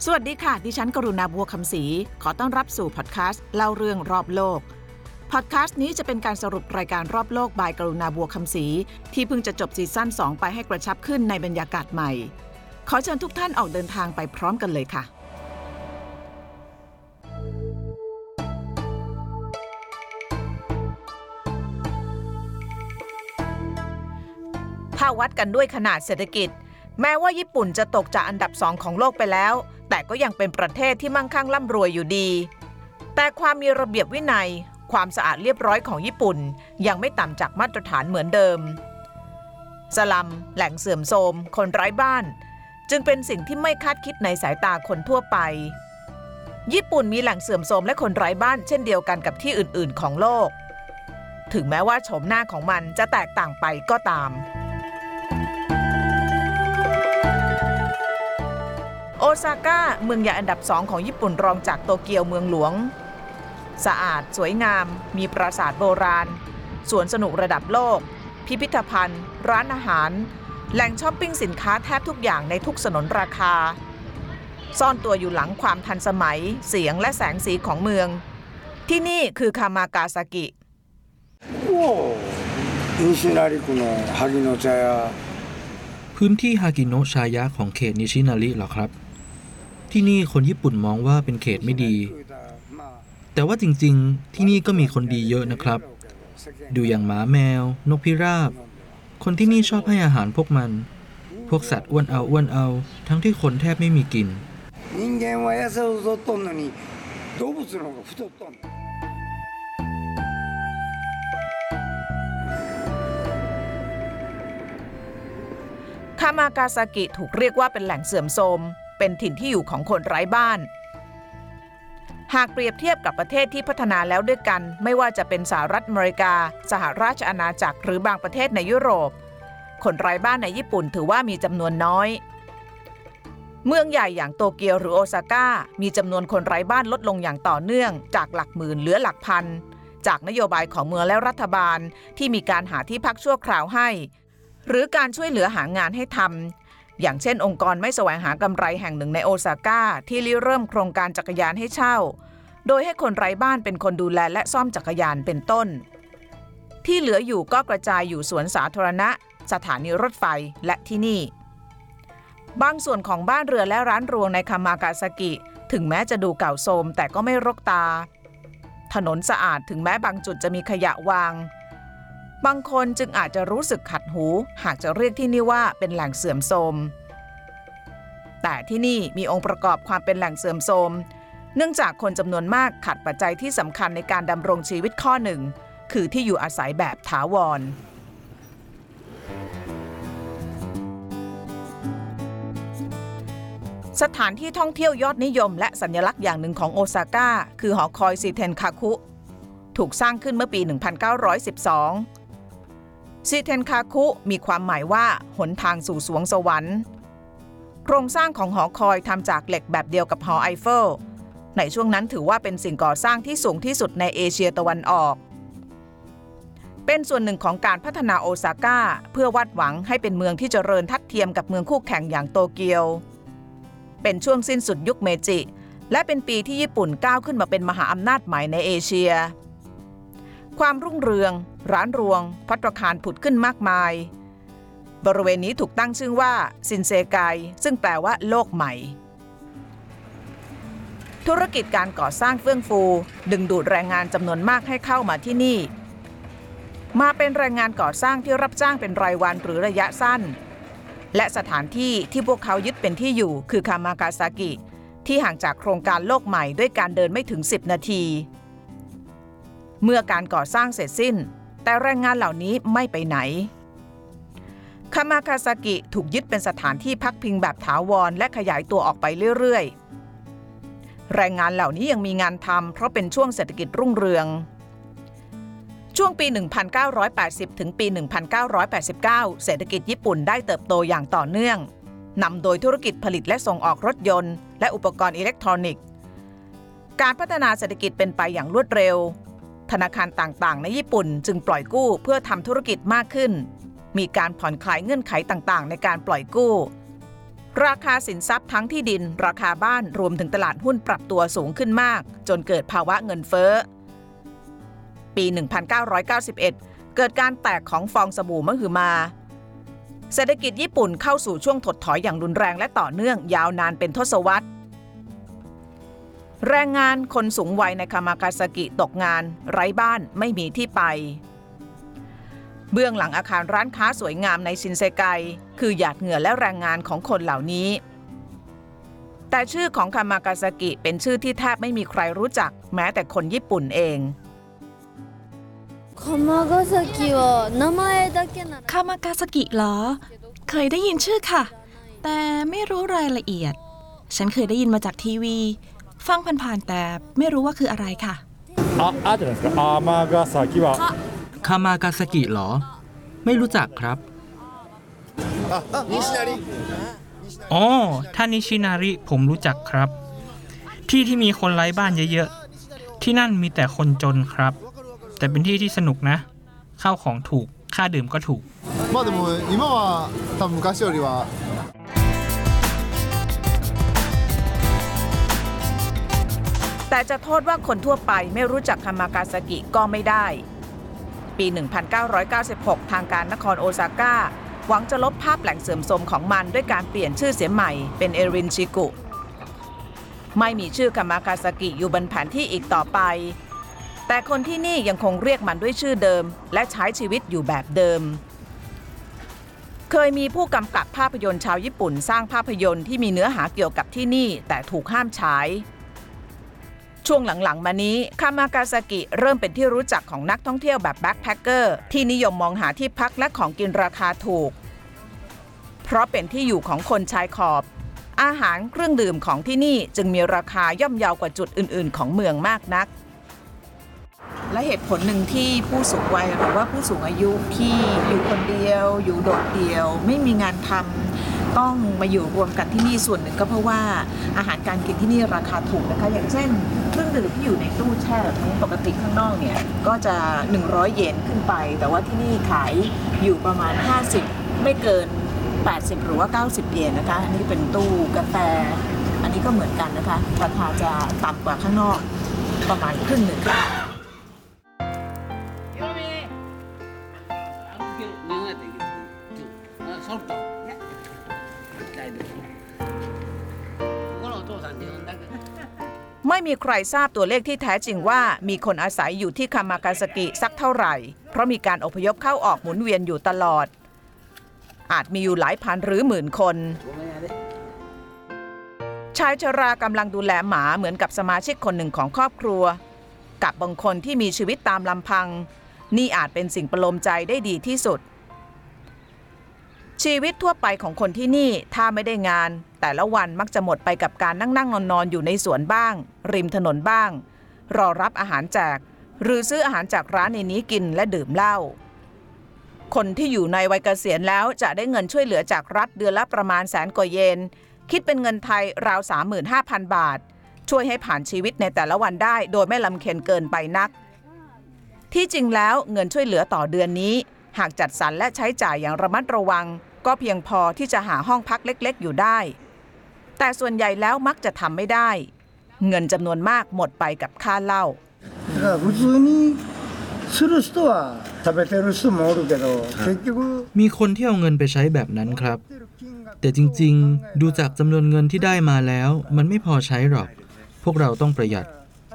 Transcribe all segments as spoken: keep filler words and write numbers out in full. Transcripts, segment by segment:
สวัสดีค่ะดิฉันกรุณาบัวคำศรีขอต้อนรับสู่พอดแคสต์เล่าเรื่องรอบโลกพอดแคสต์นี้จะเป็นการสรุปรายการรอบโลกบายกรุณาบัวคำศรีที่เพิ่งจะจบซีซั่นสองไปให้กระชับขึ้นในบรรยากาศใหม่ขอเชิญทุกท่านออกเดินทางไปพร้อมกันเลยค่ะถ้าวัดกันด้วยขนาดเศรษฐกิจแม้ว่าญี่ปุ่นจะตกจากอันดับสองของโลกไปแล้วแต่ก็ยังเป็นประเทศที่มั่งคั่งร่ำรวยอยู่ดีแต่ความมีระเบียบวินัยความสะอาดเรียบร้อยของญี่ปุ่นยังไม่ต่ำจากมาตรฐานเหมือนเดิมสลัมแหล่งเสื่อมโทรมคนไร้บ้านจึงเป็นสิ่งที่ไม่คาดคิดในสายตาคนทั่วไปญี่ปุ่นมีแหล่งเสื่อมโทรมและคนไร้บ้านเช่นเดียวกันกับที่อื่นๆของโลกถึงแม้ว่าโฉมหน้าของมันจะแตกต่างไปก็ตามโอซาก้าเมืองใหญ่อันดับสองของญี่ปุ่นรองจากโตเกียวเมืองหลวงสะอาดสวยงามมีปราสาทโบราณสวนสนุกระดับโลกพิพิธภัณฑ์ร้านอาหารแหล่งช้อปปิ้งสินค้าแทบทุกอย่างในทุกสนนราคาซ่อนตัวอยู่หลังความทันสมัยเสียงและแสงสีของเมืองที่นี่คือคามากาซากิพื้นที่ฮากิโนะชายะของเขตนิชินาริเหรอครับที่นี่คนญี่ปุ่นมองว่าเป็นเขตไม่ดีแต่ว่าจริงๆที่นี่ก็มีคนดีเยอะนะครับดูอย่างหมาแมวนกพิราบคนที่นี่ชอบให้อาหารพวกมันพวกสัตว์อ้วนเอาอ้วนเอาทั้งที่คนแทบไม่มีกินคามากาซากิถูกเรียกว่าเป็นแหล่งเสื่อมโทรมเป็นถิ่นที่อยู่ของคนไร้บ้านหากเปรียบเทียบกับประเทศที่พัฒนาแล้วด้วยกันไม่ว่าจะเป็นสหรัฐอเมริกาสหราชอาณาจักรหรือบางประเทศในยุโรปคนไร้บ้านในญี่ปุ่นถือว่ามีจำนวนน้อยเมืองใหญ่อย่างโตเกียวหรือโอซาก้ามีจำนวนคนไร้บ้านลดลงอย่างต่อเนื่องจากหลักหมื่นเหลือหลักพันจากนโยบายของเมืองและรัฐบาลที่มีการหาที่พักชั่วคราวให้หรือการช่วยเหลือหางานให้ทำอย่างเช่นองค์กรไม่แสวงหากำไรแห่งหนึ่งในโอซาก้าที่ริเริ่มโครงการจักรยานให้เช่าโดยให้คนไร้บ้านเป็นคนดูแลและซ่อมจักรยานเป็นต้นที่เหลืออยู่ก็กระจายอยู่สวนสาธารณะสถานีรถไฟและที่นี่บางส่วนของบ้านเรือนและร้านรวงในคามากาซากิถึงแม้จะดูเก่าโทรมแต่ก็ไม่รกตาถนนสะอาดถึงแม้บางจุดจะมีขยะวางบางคนจึงอาจจะรู้สึกขัดหูหากจะเรียกที่นี่ว่าเป็นแหล่งเสื่อมโทรมแต่ที่นี่มีองค์ประกอบความเป็นแหล่งเสื่อมโทรมเนื่องจากคนจำนวนมากขาดปัจจัยที่สำคัญในการดำรงชีวิตข้อหนึ่งคือที่อยู่อาศัยแบบถาวรสถานที่ท่องเที่ยวยอดนิยมและสัญลักษณ์อย่างหนึ่งของโอซาก้าคือหอคอยซิเทนคาคุถูกสร้างขึ้นเมื่อปี หนึ่งพันเก้าร้อยสิบสองซิเทนคาคุมีความหมายว่าหนทางสู่สวงสวรรค์โครงสร้างของหอคอยทำจากเหล็กแบบเดียวกับหอไอเฟลในช่วงนั้นถือว่าเป็นสิ่งก่อสร้างที่สูงที่สุดในเอเชียตะวันออกเป็นส่วนหนึ่งของการพัฒนาโอซาก้าเพื่อวาดหวังให้เป็นเมืองที่เจริญทัดเทียมกับเมืองคู่แข่งอย่างโตเกียวเป็นช่วงสิ้นสุดยุคเมจิและเป็นปีที่ญี่ปุ่นก้าวขึ้นมาเป็นมหาอำนาจใหม่ในเอเชียความรุ่งเรืองร้านรวงภัตตาคารผุดขึ้นมากมายบริเวณนี้ถูกตั้งชื่อว่าซินเซไกซึ่งแปลว่าโลกใหม่ธุรกิจการก่อสร้างเฟื่องฟูดึงดูดแรงงานจำนวนมากให้เข้ามาที่นี่มาเป็นแรงงานก่อสร้างที่รับจ้างเป็นรายวันหรือระยะสั้นและสถานที่ที่พวกเขายึดเป็นที่อยู่คือคามากาซากิที่ห่างจากโครงการโลกใหม่ด้วยการเดินไม่ถึงสิบนาทีเมื่อการก่อสร้างเสร็จสิ้นแต่แรงงานเหล่านี้ไม่ไปไหนคามากาซากิถูกยึดเป็นสถานที่พักพิงแบบถาวรและขยายตัวออกไปเรื่อยๆแรงงานเหล่านี้ยังมีงานทำเพราะเป็นช่วงเศรษฐกิจรุ่งเรืองช่วงปี หนึ่งพันเก้าร้อยแปดสิบ ถึงปี หนึ่งพันเก้าร้อยแปดสิบเก้า เศรษฐกิจญี่ปุ่นได้เติบโตอย่างต่อเนื่องนำโดยธุรกิจผลิตและส่งออกรถยนต์และอุปกรณ์อิเล็กทรอนิกส์การพัฒนาเศรษฐกิจเป็นไปอย่างรวดเร็วธนาคารต่างๆในญี่ปุ่นจึงปล่อยกู้เพื่อทำธุรกิจมากขึ้นมีการผ่อนคลายเงื่อนไขต่างๆในการปล่อยกู้ราคาสินทรัพย์ทั้งที่ดินราคาบ้านรวมถึงตลาดหุ้นปรับตัวสูงขึ้นมากจนเกิดภาวะเงินเฟ้อปี หนึ่งพันเก้าร้อยเก้าสิบเอ็ด เกิดการแตกของฟองสบู่มหึมาเศรษฐกิจญี่ปุ่นเข้าสู่ช่วงถดถอยอย่างรุนแรงและต่อเนื่องยาวนานเป็นทศวรรษแรงงานคนสูงวัยในคามากาซากิตกงานไร้บ้านไม่มีที่ไปเบื้องหลังอาคารร้านค้าสวยงามในชินเซไกคือหยาดเหงื่อและแรงงานของคนเหล่านี้แต่ชื่อของคามากาซากิเป็นชื่อที่แทบไม่มีใครรู้จักแม้แต่คนญี่ปุ่นเองคามากาซากิは名前だけならคามากาซากิเหรอเคยได้ยินชื่อค่ะแต่ไม่รู้รายละเอียดฉันเคยได้ยินมาจากทีวีฟังผ่านๆแต่ไม่รู้ว่าคืออะไรค่ะあ、あじゃないですか。尼崎はคามากาซากิเหรอไม่รู้จักครับอ๋อท่านนิชินาริผมรู้จักครับที่ที่มีคนไร้บ้านเยอะๆที่นั่นมีแต่คนจนครับแต่เป็นที่ที่สนุกนะข้าวของถูกค่าดื่มก็ถูกまあでも今は多分昔よりはแต่จะโทษว่าคนทั่วไปไม่รู้จักคามากาซากิก็ไม่ได้ปี หนึ่งพันเก้าร้อยเก้าสิบหก ทางการนครโอซาก้าหวังจะลบภาพแหล่งเสื่อมโทรมของมันด้วยการเปลี่ยนชื่อเสียใหม่เป็นเอรินชิกุไม่มีชื่อคามากาซากิอยู่บนแผนที่อีกต่อไปแต่คนที่นี่ยังคงเรียกมันด้วยชื่อเดิมและใช้ชีวิตอยู่แบบเดิมเคยมีผู้กำกับภาพยนตร์ชาวญี่ปุ่นสร้างภาพยนตร์ที่มีเนื้อหาเกี่ยวกับที่นี่แต่ถูกห้ามฉายช่วงหลังๆมานี้คามากาซากิเริ่มเป็นที่รู้จักของนักท่องเที่ยวแบบแบ็คแพคเกอร์ที่นิยมมองหาที่พักและของกินราคาถูกเพราะเป็นที่อยู่ของคนชายขอบอาหารเครื่องดื่มของที่นี่จึงมีราคาย่อมเยาวกว่าจุดอื่นๆของเมืองมากนักและเหตุผลหนึ่งที่ผู้สูงวัยหรือว่าผู้สูงอายุที่อยู่คนเดียวอยู่โดดเดี่ยวไม่มีงานทำต้องมาอยู่รวมกันที่นี่ส่วนหนึ่งก็เพราะว่าอาหารการกินที่นี่ราคาถูกนะคะอย่างเช่นเครื่องดื่มที่อยู่ในตู้แช่แบบนี้ปกติข้างนอกเนี่ยก็จะหนึ่งร้อยเยนขึ้นไปแต่ว่าที่นี่ขายอยู่ประมาณห้าสิบไม่เกินแปดสิบหรือว่าเก้าสิบเยนนะคะอันนี้เป็นตู้กาแฟอันนี้ก็เหมือนกันนะคะราคาจะต่ำกว่าข้างนอกประมาณครึ่งหนึ่งค่ะไม่มีใครทราบตัวเลขที่แท้จริงว่ามีคนอาศัยอยู่ที่คามากาซากิสักเท่าไหร่เพราะมีการอพยพเข้าออกหมุนเวียนอยู่ตลอดอาจมีอยู่หลายพันหรือหมื่นคนชายชรากำลังดูแลหมาเหมือนกับสมาชิกคนหนึ่งของครอบครัวกับบางคนที่มีชีวิตตามลำพังนี่อาจเป็นสิ่งประโลมใจได้ดีที่สุดชีวิตทั่วไปของคนที่นี่ถ้าไม่ได้งานแต่ละวันมักจะหมดไปกับการนั่งนั่งนอนนอนอยู่ในสวนบ้างริมถนนบ้างรอรับอาหารแจกหรือซื้ออาหารจากร้านในนี้กินและดื่มเหล้าคนที่อยู่ในวัยเกษียณแล้วจะได้เงินช่วยเหลือจากรัฐเดือนละประมาณแสนกว่าเยนคิดเป็นเงินไทยราว สามหมื่นห้าพัน บาทช่วยให้ผ่านชีวิตในแต่ละวันได้โดยไม่ลำเค็ญเกินไปนักที่จริงแล้วเงินช่วยเหลือต่อเดือนนี้หากจัดสรรและใช้จ่ายอย่างระมัดระวังก็เพียงพอที่จะหาห้องพักเล็กๆอยู่ได้แต่ส่วนใหญ่แล้วมักจะทำไม่ได้เงินจำนวนมากหมดไปกับค่าเหล้ามีคนที่เอาเงินไปใช้แบบนั้นครับแต่จริงๆดูจากจำนวนเงินที่ได้มาแล้วมันไม่พอใช้หรอกพวกเราต้องประหยัด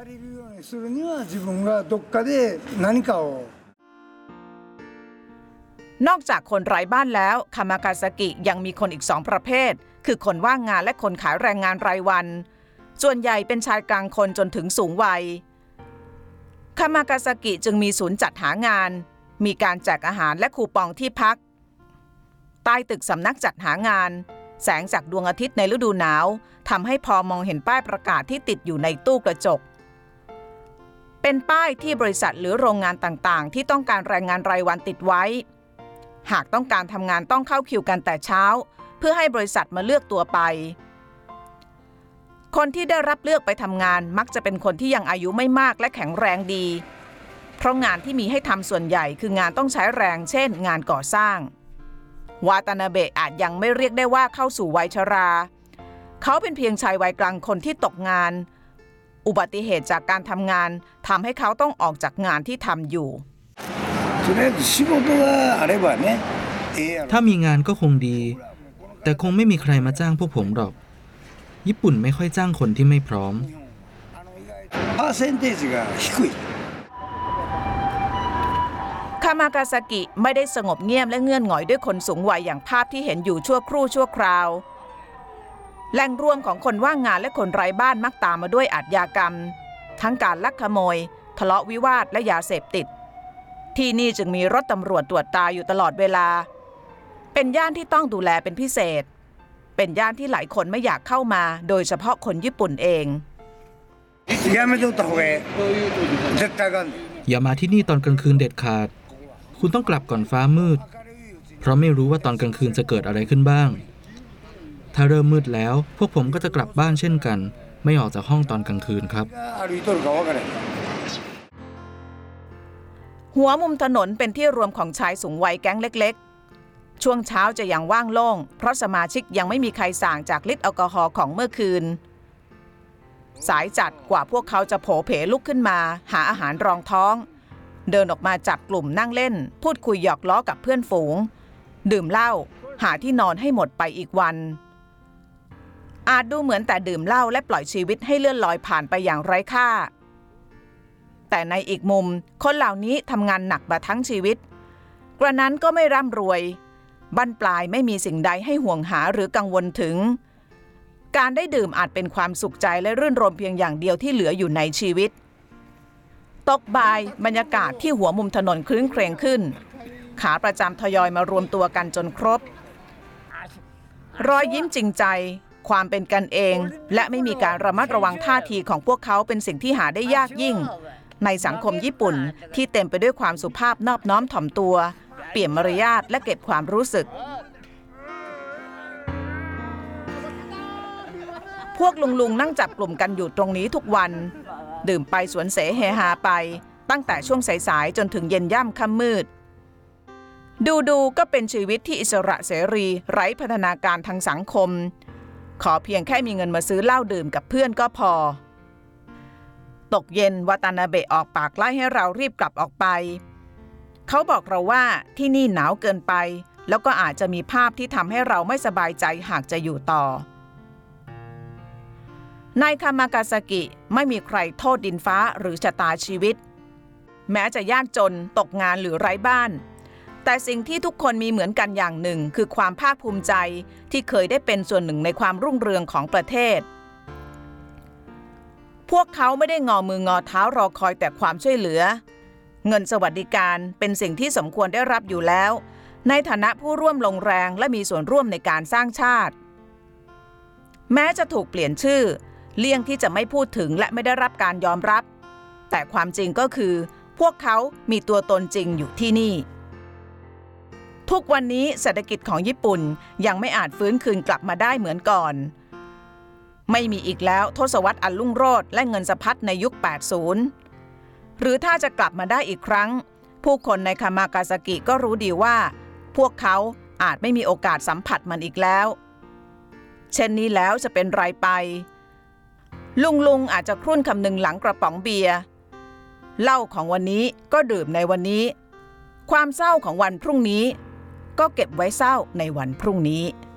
นอกจากคนไร้บ้านแล้วคามากาซากิยังมีคนอีกสองประเภทคือคนว่างงานและคนขายแรงงานรายวันส่วนใหญ่เป็นชายกลางคนจนถึงสูงวัยคามากาซากิจึงมีศูนย์จัดหางานมีการแจกอาหารและคูปองที่พักใต้ตึกสำนักจัดหางานแสงจากดวงอาทิตย์ในฤดูหนาวทำให้พอมองเห็นป้ายประกาศที่ติดอยู่ในตู้กระจกเป็นป้ายที่บริษัทหรือโรงงานต่างๆที่ต้องการแรงงานรายวันติดไว้หากต้องการทำงานต้องเข้าคิวกันแต่เช้าเพื่อให้บริษัทมาเลือกตัวไปคนที่ได้รับเลือกไปทำงานมักจะเป็นคนที่ยังอายุไม่มากและแข็งแรงดีเพราะงานที่มีให้ทำส่วนใหญ่คืองานต้องใช้แรงเช่นงานก่อสร้างวาตานาเบะอาจยังไม่เรียกได้ว่าเข้าสู่วัยชราเขาเป็นเพียงชายวัยกลางคนที่ตกงานอุบัติเหตุจากการทำงานทำให้เขาต้องออกจากงานที่ทำอยู่ถ้ามีงานก็คงดี แต่คงไม่มีใครมาจ้างพวกผมหรอกญี่ปุ่นไม่ค่อยจ้างคนที่ไม่พร้อมคามากาซากิไม่ได้สงบเงียบและเงื่อนหงอยด้วยคนสูงวัยอย่างภาพที่เห็นอยู่ชั่วครู่ชั่วคราวแหล่งรวมของคนว่างงานและคนไร้บ้านมักตามมาด้วยอาชญากรรมทั้งการลักขโมยทะเลาะวิวาทและยาเสพติดที่นี่จึงมีรถตำรวจตรวจตาอยู่ตลอดเวลาเป็นย่านที่ต้องดูแลเป็นพิเศษเป็นย่านที่หลายคนไม่อยากเข้ามาโดยเฉพาะคนญี่ปุ่นเองอย่ามาที่นี่ตอนกลางคืนเด็ดขาดคุณต้องกลับก่อนฟ้ามืดเพราะไม่รู้ว่าตอนกลางคืนจะเกิดอะไรขึ้นบ้างถ้าเริ่มมืดแล้วพวกผมก็จะกลับบ้านเช่นกันไม่ออกจากห้องตอนกลางคืนครับหัวมุมถนนเป็นที่รวมของชายสูงวัยแก๊งเล็กๆช่วงเช้าจะยังว่างโล่งเพราะสมาชิกยังไม่มีใครส่างจากฤทธิ์แอลกอฮอล์ของเมื่อคืนสายจัดกว่าพวกเขาจะโผเผลุกขึ้นมาหาอาหารรองท้องเดินออกมาจับกลุ่มนั่งเล่นพูดคุยหยอกล้อกับเพื่อนฝูงดื่มเหล้าหาที่นอนให้หมดไปอีกวันอาจดูเหมือนแต่ดื่มเหล้าและปล่อยชีวิตให้เลื่อนลอยผ่านไปอย่างไร้ค่าแต่ในอีกมุมคนเหล่านี้ทำงานหนักมาทั้งชีวิตกระนั้นก็ไม่ร่ำรวยบั้นปลายไม่มีสิ่งใดให้ห่วงหาหรือกังวลถึงการได้ดื่มอาจเป็นความสุขใจและรื่นรมเพียงอย่างเดียวที่เหลืออยู่ในชีวิตตกบ่ายบรรยากาศที่หัวมุมถนนคลื้นเครงขึ้นขาประจำทยอยมารวมตัวกันจนครบรอยยิ้มจริงใจความเป็นกันเองและไม่มีการระมัดระวังท่าทีของพวกเขาเป็นสิ่งที่หาได้ยากยิ่งในสังคมญี่ปุ่นที่เต็มไปด้วยความสุภาพนอบน้อมถ่อมตัวเปี่ยมมารยาทและเก็บความรู้สึกพวกลุงลุงนั่งจับกลุ่มกันอยู่ตรงนี้ทุกวันดื่มไปสวนเสเฮฮาไปตั้งแต่ช่วงสายๆจนถึงเย็นย่ำค่ำมืดดูดูก็เป็นชีวิตที่อิสระเสรีไร้พัฒนาการทางสังคมขอเพียงแค่มีเงินมาซื้อเหล้าดื่มกับเพื่อนก็พอตกเย็นวาตานาเบะออกปากไล่ให้เรารีบกลับออกไปเขาบอกเราว่าที่นี่หนาวเกินไปแล้วก็อาจจะมีภาพที่ทำให้เราไม่สบายใจหากจะอยู่ต่อในคามากาซากิไม่มีใครโทษดินฟ้าหรือชะตาชีวิตแม้จะยากจนตกงานหรือไร้บ้านแต่สิ่งที่ทุกคนมีเหมือนกันอย่างหนึ่งคือความภาคภูมิใจที่เคยได้เป็นส่วนหนึ่งในความรุ่งเรืองของประเทศพวกเขาไม่ได้งอมืองอเท้ารอคอยแต่ความช่วยเหลือเงินสวัสดิการเป็นสิ่งที่สมควรได้รับอยู่แล้วในฐานะผู้ร่วมลงแรงและมีส่วนร่วมในการสร้างชาติแม้จะถูกเปลี่ยนชื่อเลี่ยงที่จะไม่พูดถึงและไม่ได้รับการยอมรับแต่ความจริงก็คือพวกเขามีตัวตนจริงอยู่ที่นี่ทุกวันนี้เศรษฐกิจของญี่ปุ่นยังไม่อาจฟื้นคืนกลับมาได้เหมือนก่อนไม่มีอีกแล้วทศวรรษอันรุ่งโรจน์และเงินสะพัดในยุค แปดสิบ หรือถ้าจะกลับมาได้อีกครั้งผู้คนในคามากาซากิก็รู้ดีว่าพวกเขาอาจไม่มีโอกาสสัมผัสมันอีกแล้วเช่นนี้แล้วจะเป็นไรไปลุงลุงอาจจะครุ่นคำนึงหลังกระป๋องเบียร์เหล้าของวันนี้ก็ดื่มในวันนี้ความเศร้าของวันพรุ่งนี้ก็เก็บไว้เศร้าในวันพรุ่งนี้